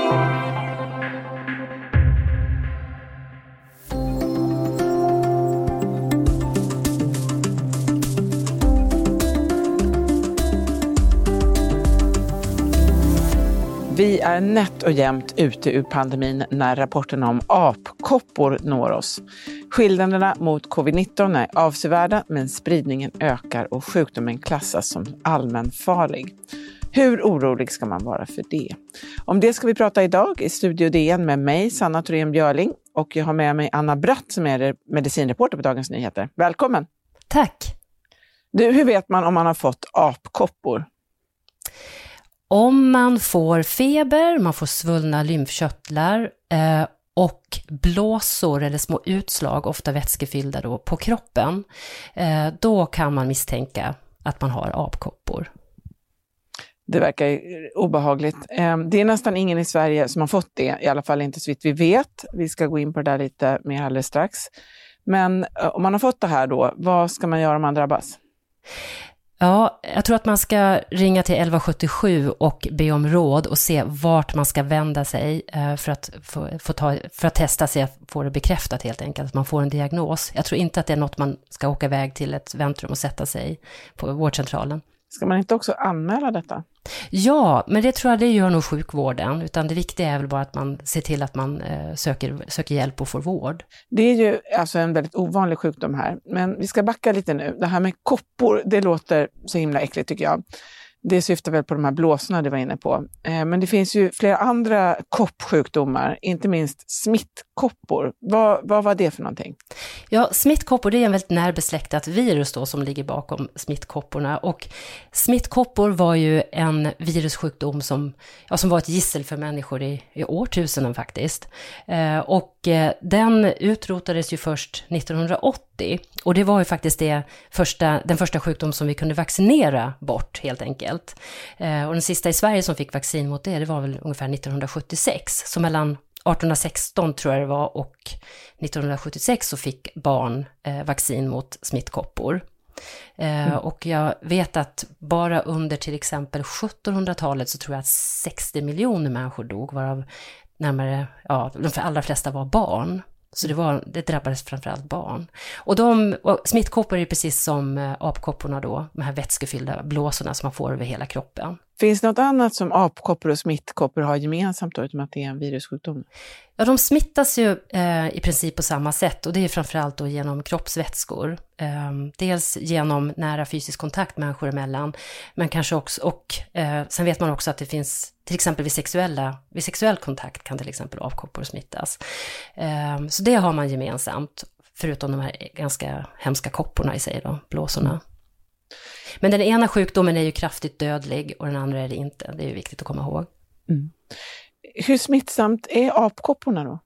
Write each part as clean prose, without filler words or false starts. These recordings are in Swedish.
Vi är nätt och jämnt ute ur pandemin när rapporterna om apkoppor når oss. Skillnaderna mot covid-19 är avsevärda, men spridningen ökar och sjukdomen klassas som allmänfarlig. Hur orolig ska man vara för det? Om det ska vi prata idag i Studio DN med mig, Sanna Thorén Björling, och jag har med mig Anna Bratt som är medicinreporter på Dagens Nyheter. Välkommen! Tack! Du, hur vet man om man har fått apkoppor? Om man får feber, man får svullna lymfkörtlar och blåsor eller små utslag, ofta vätskefyllda då, på kroppen, då kan man misstänka att man har apkoppor. Det verkar obehagligt. Det är nästan ingen i Sverige som har fått det, i alla fall inte så vitt vi vet. Vi ska gå in på det där lite mer alldeles strax. Men om man har fått det här då, vad ska man göra om man drabbas? Ja, jag tror att man ska ringa till 1177 och be om råd och se vart man ska vända sig för att testa sig, att få det bekräftat helt enkelt, att man får en diagnos. Jag tror inte att det är något man ska åka iväg till ett väntrum och sätta sig på vårdcentralen. Ska man inte också anmäla detta? Ja, men det tror jag det gör nog sjukvården, utan det viktiga är väl bara att man ser till att man söker hjälp och får vård. Det är ju alltså en väldigt ovanlig sjukdom här, men vi ska backa lite nu. Det här med koppor, det låter så himla äckligt tycker jag. Det syftar väl på de här blåsorna du var inne på. Men det finns ju flera andra koppsjukdomar, inte minst smittkoppor. Vad var det för någonting? Ja, smittkoppor, det är en väldigt närbesläktat virus då som ligger bakom smittkopporna. Och smittkoppor var ju en virussjukdom som var ett gissel för människor i årtusenden faktiskt. Och den utrotades ju först 1980. Och det var ju faktiskt den första sjukdom som vi kunde vaccinera bort helt enkelt. Och den sista i Sverige som fick vaccin mot det var väl ungefär 1976. Så mellan 1816 tror jag det var och 1976 så fick barn vaccin mot smittkoppor. Och jag vet att bara under till exempel 1700-talet så tror jag att 60 miljoner människor dog, varav närmare, de allra flesta var barn. Så det drabbades framförallt barn. Och smittkoppor är precis som apkopporna då, de här vätskefyllda blåsorna som man får över hela kroppen. Finns det något annat som apkoppor och smittkoppor har gemensamt då, utom att det är en virussjukdom? Ja, de smittas ju i princip på samma sätt, och det är framförallt då genom kroppsvätskor. Dels genom nära fysisk kontakt människor emellan, men kanske också, sen vet man också att det finns till exempel vid sexuell kontakt kan till exempel apkoppor smittas. Så det har man gemensamt, förutom de här ganska hemska kopporna i sig då, blåsorna. Men den ena sjukdomen är ju kraftigt dödlig och den andra är det inte. Det är ju viktigt att komma ihåg. Mm. Hur smittsamt är apkopporna då?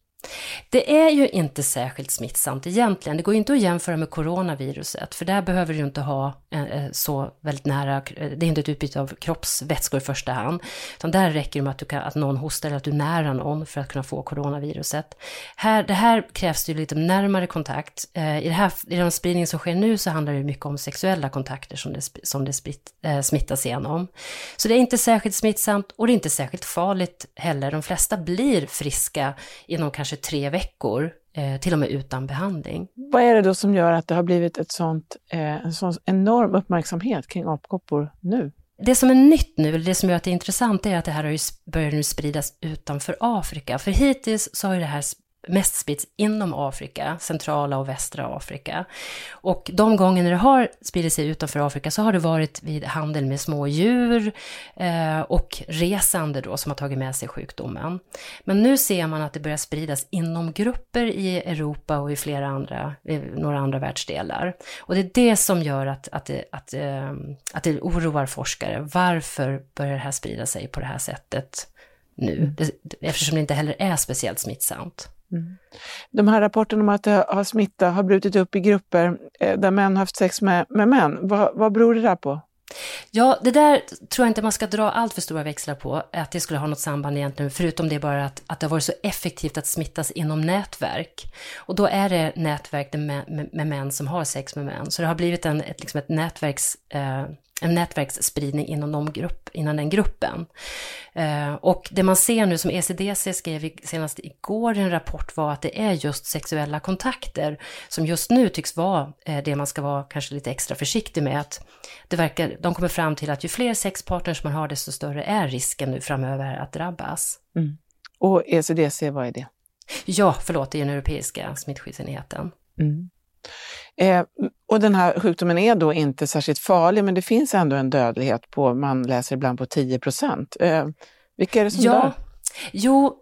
Det är ju inte särskilt smittsamt egentligen. Det går ju inte att jämföra med coronaviruset, för där behöver du ju inte ha så väldigt nära, det är inte ett utbyte av kroppsvätskor i första hand, utan där räcker det med att någon hostar eller att du är nära någon för att kunna få coronaviruset. Det här krävs ju lite närmare kontakt. I den spridning som sker nu så handlar det mycket om sexuella kontakter som det smittas igenom. Så det är inte särskilt smittsamt och det är inte särskilt farligt heller. De flesta blir friska inom kanske 3 veckor, till och med utan behandling. Vad är det då som gör att det har blivit en sån enorm uppmärksamhet kring apkoppor nu? Det som är nytt nu, eller det som gör att det är intressant, är att det här har ju börjat nu spridas utanför Afrika. För hittills så har ju det här mest spridits inom Afrika, centrala och västra Afrika. Och de gånger när det har spridit sig utanför Afrika så har det varit vid handel med små djur och resande då som har tagit med sig sjukdomen. Men nu ser man att det börjar spridas inom grupper i Europa och i några andra världsdelar. Och det är det som gör att det oroar forskare. Varför börjar det här sprida sig på det här sättet nu? Eftersom det inte heller är speciellt smittsamt. Mm. De här rapporterna om att det har brutit upp i grupper där män har haft sex med män, vad beror det där på? Ja, det där tror jag inte man ska dra allt för stora växlar på, att det skulle ha något samband egentligen, förutom det bara att det har varit så effektivt att smittas inom nätverk. Och då är det nätverk med män som har sex med män. Så det har blivit ett en nätverksspridning inom den gruppen. Och det man ser nu, som ECDC skrev senast igår i en rapport, var att det är just sexuella kontakter som just nu tycks vara det man ska vara kanske lite extra försiktig med. Att de kommer fram till att ju fler sexpartners man har, desto större är risken nu framöver att drabbas. Mm. Och ECDC, vad är det? Ja, förlåt, det är den europeiska smittskyddsenheten. Mm. Och den här sjukdomen är då inte särskilt farlig, men det finns ändå en dödlighet på, man läser ibland på 10%. Vilka är det som dör? Jo,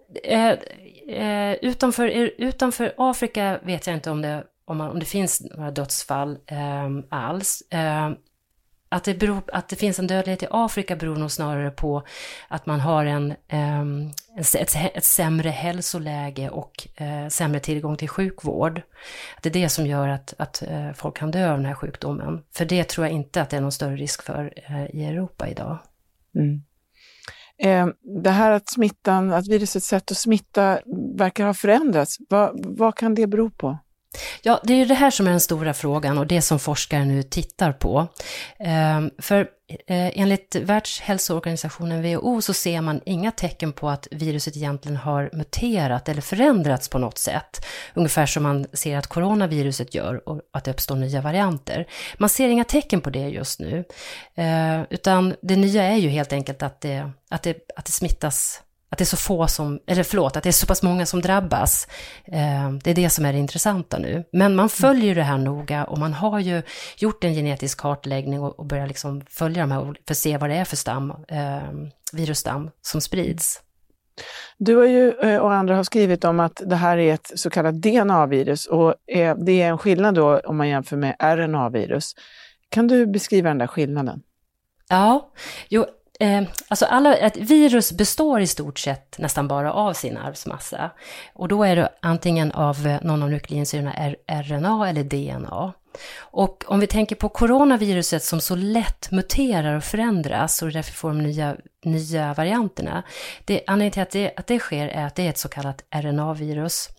utanför Afrika vet jag inte om det finns några dödsfall alls. Att det finns en dödlighet i Afrika beror nog snarare på att man har ett sämre hälsoläge och sämre tillgång till sjukvård. Att det är det som gör att folk kan dö av den här sjukdomen. För det tror jag inte att det är någon större risk för i Europa idag. Mm. Det här att virusets sätt att smitta verkar ha förändrats. Vad kan det bero på? Ja, det är ju det här som är den stora frågan och det som forskare nu tittar på. För enligt Världshälsoorganisationen WHO så ser man inga tecken på att viruset egentligen har muterat eller förändrats på något sätt. Ungefär som man ser att coronaviruset gör och att det uppstår nya varianter. Man ser inga tecken på det just nu. Utan det nya är ju helt enkelt att det smittas. Att det är så få att det är så pass många som drabbas. Det är det som är det intressanta nu. Men man följer det här noga och man har ju gjort en genetisk kartläggning och börjar liksom följa de här för att se vad det är för virusstam som sprids. Du och andra har skrivit om att det här är ett så kallat DNA-virus och det är en skillnad då om man jämför med RNA-virus. Kan du beskriva den där skillnaden? Ja, alltså ett virus består i stort sett nästan bara av sin arvsmassa. Och då är det antingen av någon av nukleinsyrorna RNA eller DNA. Och om vi tänker på coronaviruset som så lätt muterar och förändras och därför får de nya varianterna. Anledningen till att det sker är att det är ett så kallat RNA-virus.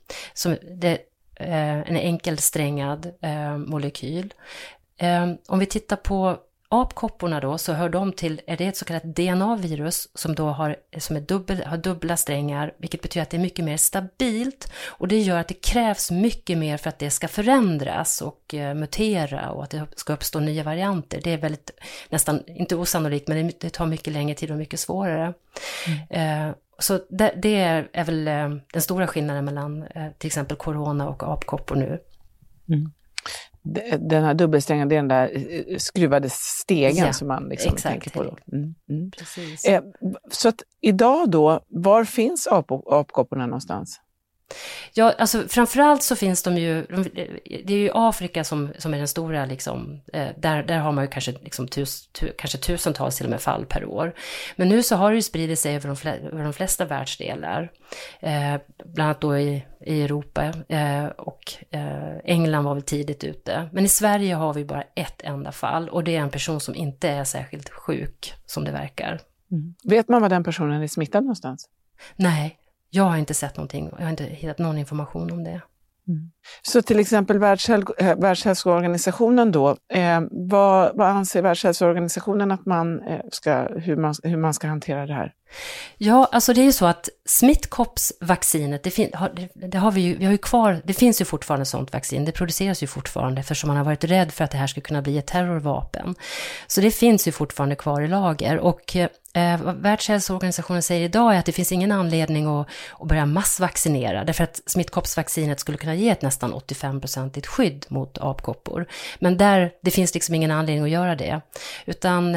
En enkelsträngad molekyl. Om vi tittar på apkopporna då, så hör de till, är det ett så kallat DNA-virus som då har dubbla strängar, vilket betyder att det är mycket mer stabilt och det gör att det krävs mycket mer för att det ska förändras och mutera och att det ska uppstå nya varianter. Det är väldigt, nästan inte osannolikt, men det tar mycket längre tid och mycket svårare. Så det är väl den stora skillnaden mellan till exempel corona och apkoppor nu. Mm. Den här dubbelsträngen, det är den där skruvade stegen som man liksom tänker på då. Precis. Så att idag då, var finns apkopporna någonstans? Ja, alltså framförallt så finns de ju, det är ju Afrika som är den stora liksom, där har man ju kanske liksom kanske tusentals till och med fall per år. Men nu så har det ju spridit sig över de flesta världsdelar, bland annat då i Europa och England var väl tidigt ute. Men i Sverige har vi bara ett enda fall och det är en person som inte är särskilt sjuk som det verkar. Mm. Vet man var den personen är smittad någonstans? Nej. Jag har inte sett någonting och jag har inte hittat någon information om det. Mm. Så till exempel Världshälsoorganisationen då, vad anser Världshälsoorganisationen att hur man ska hantera det här? Ja, alltså det är ju så att smittkoppsvaccinet, vi har ju kvar, det finns ju fortfarande sånt vaccin, det produceras ju fortfarande eftersom man har varit rädd för att det här ska kunna bli ett terrorvapen. Så det finns ju fortfarande kvar i lager och vad Världshälsoorganisationen säger idag är att det finns ingen anledning att börja massvaccinera därför att smittkoppsvaccinet skulle kunna ge ett nästan 85% skydd mot apkoppor. Men det finns liksom ingen anledning att göra det. Utan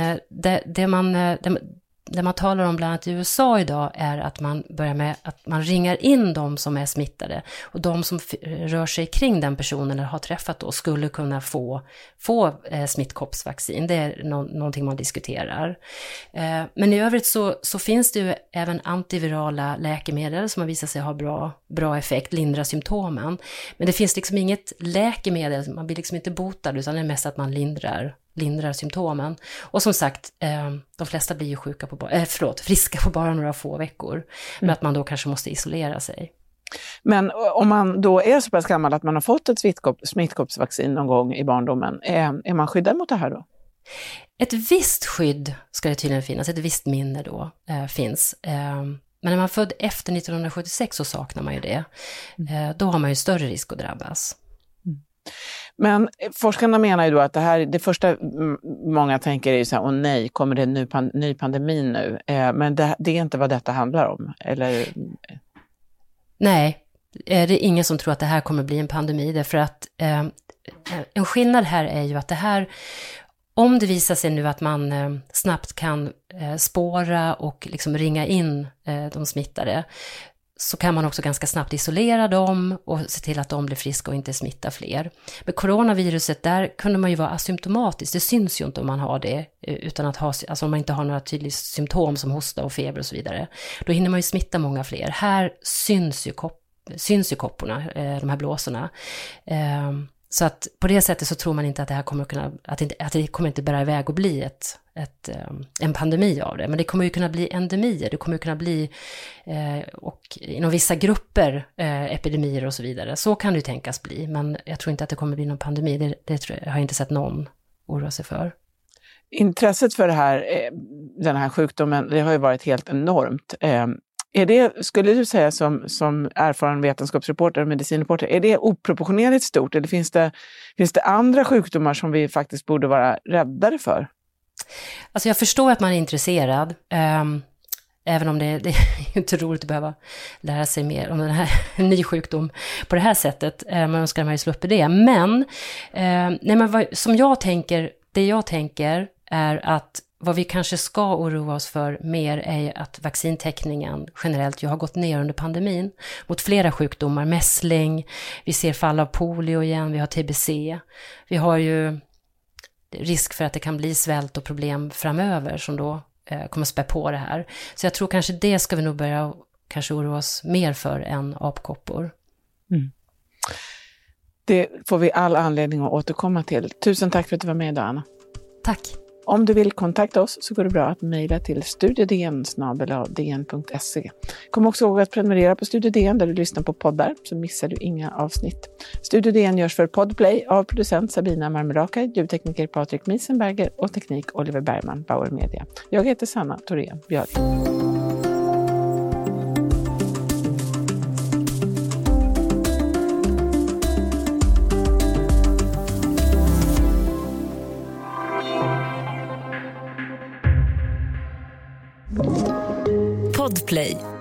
det man talar om bland annat i USA idag är att man börjar med att man ringar in de som är smittade och de som rör sig kring den personen eller har träffat då skulle kunna få smittkoppsvaccin. Det är någonting man diskuterar. Men i övrigt så finns det ju även antivirala läkemedel som har visat sig ha bra effekt, lindra symptomen. Men det finns liksom inget läkemedel, man blir liksom inte botad utan det är mest att man lindrar symptomen. Och som sagt, de flesta blir ju friska på bara några få veckor. Men att man då kanske måste isolera sig. Men om man då är så pass gammal att man har fått ett smittkoppsvaccin någon gång i barndomen, är man skyddad mot det här då? Ett visst skydd ska det tydligen finnas, ett visst minne då finns. Men när man är född efter 1976 så saknar man ju det. Då har man ju större risk att drabbas. Men forskarna menar ju då att det första många tänker är ju så här, åh nej, kommer det en ny pandemi nu? Men det är inte vad detta handlar om, eller? Nej, det är ingen som tror att det här kommer bli en pandemi, därför att en skillnad här är ju att det här, om det visar sig nu att man snabbt kan spåra och liksom ringa in de smittade, så kan man också ganska snabbt isolera dem och se till att de blir friska och inte smittar fler. Men coronaviruset, där kunde man ju vara asymptomatisk. Det syns ju inte om man har det, utan att om man inte har några tydliga symptom som hosta och feber och så vidare. Då hinner man ju smitta många fler. Här syns ju kopporna, de här blåsorna. Så att på det sättet så tror man inte att det här kommer kunna, att det kommer inte bära iväg och bli en pandemi av det. Men det kommer ju kunna bli endemier, det kommer ju kunna bli och inom vissa grupper epidemier och så vidare. Så kan det ju tänkas bli, men jag tror inte att det kommer bli någon pandemi. Det har jag inte sett någon oroa sig för. Intresset för den här sjukdomen, det har ju varit helt enormt. Skulle du säga som erfaren vetenskapsreporter och medicinreporter, är det oproportionerligt stort, eller finns det andra sjukdomar som vi faktiskt borde vara räddare för? Alltså jag förstår att man är intresserad, även om det är inte roligt att behöva lära sig mer om den här ny sjukdom på det här sättet. Man önskar man ju slå upp det. Men det jag tänker är att vad vi kanske ska oroa oss för mer är att vaccintäckningen generellt ju har gått ner under pandemin mot flera sjukdomar, mässling, vi ser fall av polio igen, vi har TBC, vi har ju risk för att det kan bli svält och problem framöver som då kommer spä på det här. Så jag tror kanske det ska vi nog börja kanske oroa oss mer för än apkoppor. Mm. Det får vi all anledning att återkomma till. Tusen tack för att du var med idag, Anna. Tack. Om du vill kontakta oss så går det bra att mejla till studiodn@dn.se. Kom också ihåg att prenumerera på Studio DN där du lyssnar på poddar, så missar du inga avsnitt. Studio DN görs för Podplay av producent Sabina Marmelakai, ljudtekniker Patrik Miesenberger och teknik Oliver Bergman, Bauer Media. Jag heter Sanna Thorén Björling. Podplay.